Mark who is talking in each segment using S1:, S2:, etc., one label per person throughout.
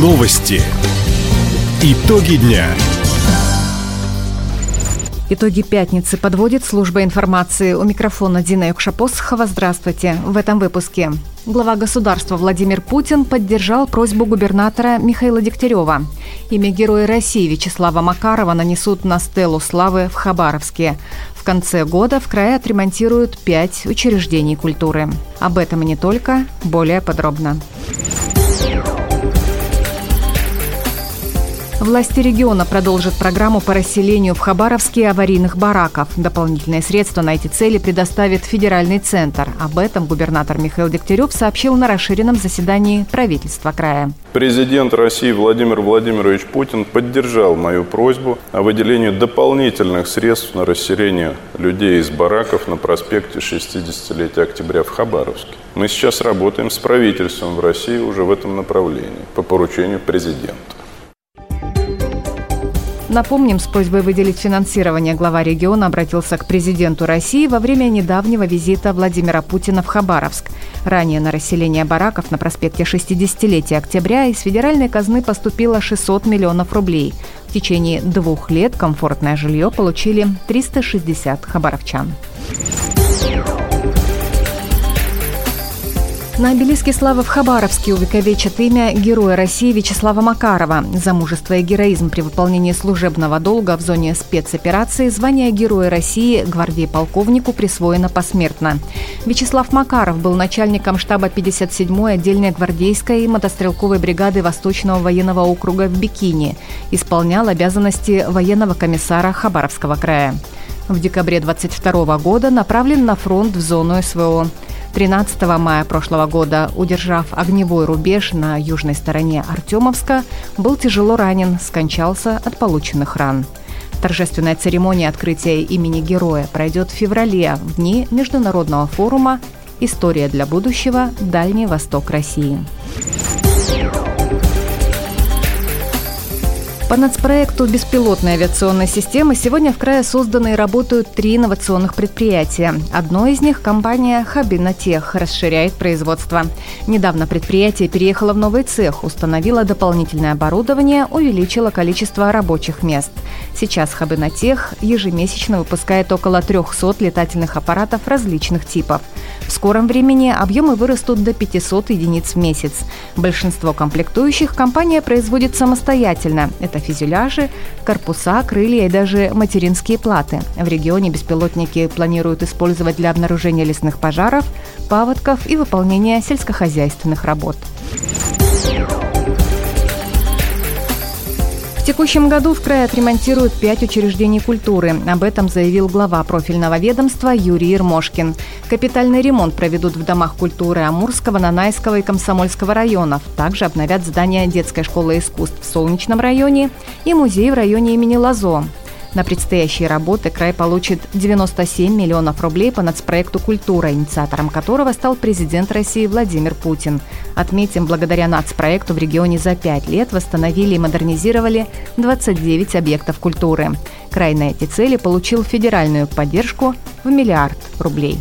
S1: Новости. Итоги дня.
S2: Итоги пятницы подводит служба информации. У микрофона Дина Юкшапосхова. Здравствуйте. В этом выпуске. Глава государства Владимир Путин поддержал просьбу губернатора Михаила Дегтярева. Имя Героя России Вячеслава Макарова нанесут на стелу славы в Хабаровске. В конце года в крае отремонтируют 5 учреждений культуры. Об этом и не только, более подробно. Власти региона продолжат программу по расселению в Хабаровске аварийных бараков. Дополнительные средства на эти цели предоставит федеральный центр. Об этом губернатор Михаил Дегтярев сообщил на расширенном заседании правительства края.
S3: Президент России Владимир Владимирович Путин поддержал мою просьбу о выделении дополнительных средств на расселение людей из бараков на проспекте 60-летия октября в Хабаровске. Мы сейчас работаем с правительством в России уже в этом направлении по поручению президента.
S2: Напомним, с просьбой выделить финансирование глава региона обратился к президенту России во время недавнего визита Владимира Путина в Хабаровск. Ранее на расселение бараков на проспекте 60-летия октября из федеральной казны поступило 600 миллионов рублей. В течение 2 лет комфортное жилье получили 360 хабаровчан. На обелиске славы в Хабаровске увековечат имя Героя России Вячеслава Макарова. За мужество и героизм при выполнении служебного долга в зоне спецоперации звание Героя России гвардии-полковнику присвоено посмертно. Вячеслав Макаров был начальником штаба 57-й отдельной гвардейской мотострелковой бригады Восточного военного округа в Бикини. Исполнял обязанности военного комиссара Хабаровского края. В декабре 2022 года направлен на фронт в зону СВО. 13 мая прошлого года, удержав огневой рубеж на южной стороне Артемовска, был тяжело ранен, скончался от полученных ран. Торжественная церемония открытия имени героя пройдет в феврале, в дни международного форума «История для будущего. Дальний Восток России». По нацпроекту «Беспилотные авиационные системы» сегодня в крае созданы и работают 3 инновационных предприятия. Одно из них – компания «Хабинотех» расширяет производство. Недавно предприятие переехало в новый цех, установило дополнительное оборудование, увеличило количество рабочих мест. Сейчас «Хабинотех» ежемесячно выпускает около 300 летательных аппаратов различных типов. В скором времени объемы вырастут до 500 единиц в месяц. Большинство комплектующих компания производит самостоятельно. Это фюзеляжи, корпуса, крылья и даже материнские платы. В регионе беспилотники планируют использовать для обнаружения лесных пожаров, паводков и выполнения сельскохозяйственных работ. В текущем году в крае отремонтируют 5 учреждений культуры. Об этом заявил глава профильного ведомства Юрий Ермошкин. Капитальный ремонт проведут в домах культуры Амурского, Нанайского и Комсомольского районов. Также обновят здания детской школы искусств в Солнечном районе и музей в районе имени Лазо. На предстоящие работы край получит 97 миллионов рублей по нацпроекту «Культура», инициатором которого стал президент России Владимир Путин. Отметим, благодаря нацпроекту в регионе за 5 лет восстановили и модернизировали 29 объектов культуры. Край на эти цели получил федеральную поддержку в 1 миллиард рублей.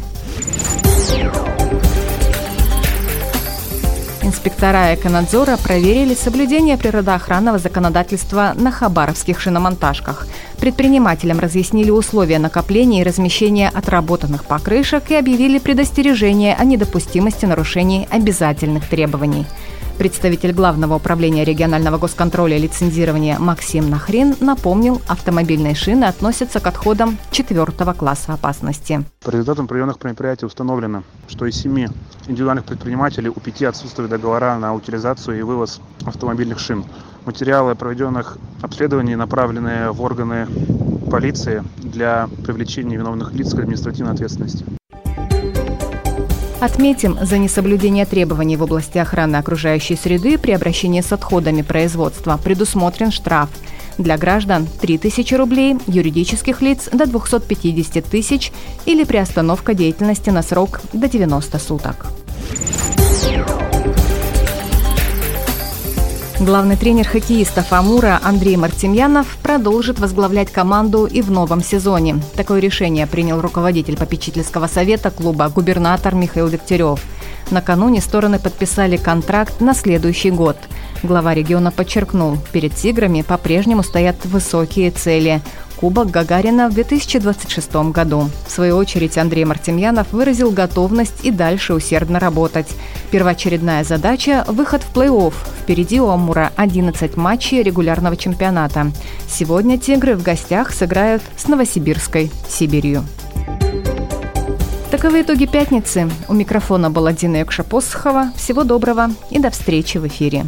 S2: Инспектора эконадзора проверили соблюдение природоохранного законодательства на хабаровских шиномонтажках. Предпринимателям разъяснили условия накопления и размещения отработанных покрышек и объявили предостережение о недопустимости нарушений обязательных требований. Представитель Главного управления регионального госконтроля и лицензирования Максим Нахрин напомнил, автомобильные шины относятся к отходам 4-го класса опасности.
S4: По результатам проведенных мероприятий установлено, что из 7 индивидуальных предпринимателей у 5 отсутствуют договора на утилизацию и вывоз автомобильных шин. Материалы проведенных обследований направлены в органы полиции для привлечения виновных лиц к административной ответственности.
S2: Отметим, за несоблюдение требований в области охраны окружающей среды при обращении с отходами производства предусмотрен штраф. Для граждан – 3000 рублей, юридических лиц – до 250 тысяч или приостановка деятельности на срок до 90 суток. Главный тренер хоккеистов «Амура» Андрей Мартемьянов продолжит возглавлять команду и в новом сезоне. Такое решение принял руководитель попечительского совета клуба губернатор Михаил Дегтярев. Накануне стороны подписали контракт на следующий год. Глава региона подчеркнул, перед «Тиграми» по-прежнему стоят высокие цели. Кубок Гагарина в 2026 году. В свою очередь Андрей Мартемьянов выразил готовность и дальше усердно работать. Первоочередная задача – выход в плей-офф. Впереди у «Амура» 11 матчей регулярного чемпионата. Сегодня «Тигры» в гостях сыграют с Новосибирской «Сибирью». Таковы итоги пятницы. У микрофона была Дина Якша-Посохова. Всего доброго и до встречи в эфире.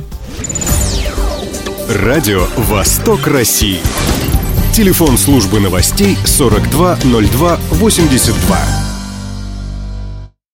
S1: Радио «Восток России». Телефон службы новостей 420282.